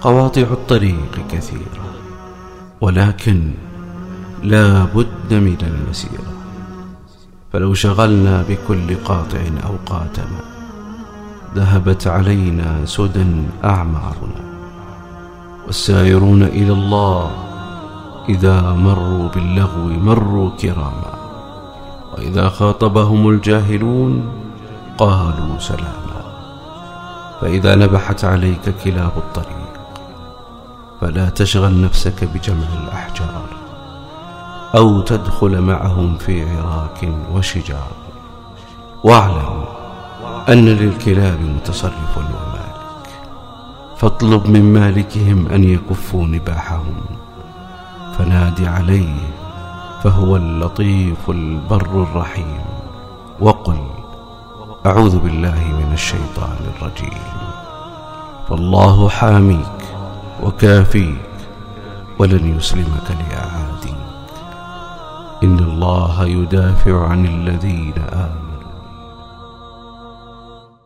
قواطع الطريق كثيرة، ولكن لا بد من المسيرة. فلو شغلنا بكل قاطع أوقاتنا ذهبت علينا سدى أعمارنا. والسائرون إلى الله إذا مروا باللغو مروا كراما، وإذا خاطبهم الجاهلون قالوا سلاما. فإذا نبحت عليك كلاب الطريق فلا تشغل نفسك بجمع الأحجار أو تدخل معهم في عراك وشجار. واعلم أن للكلاب متصرف ومالك، فاطلب من مالكهم أن يكفوا نباحهم، فنادي عليه فهو اللطيف البر الرحيم، وقل أعوذ بالله من الشيطان الرجيم. فالله حاميك وكافيك ولن يسلمك لأعاديك. إن الله يدافع عن الذين آمنوا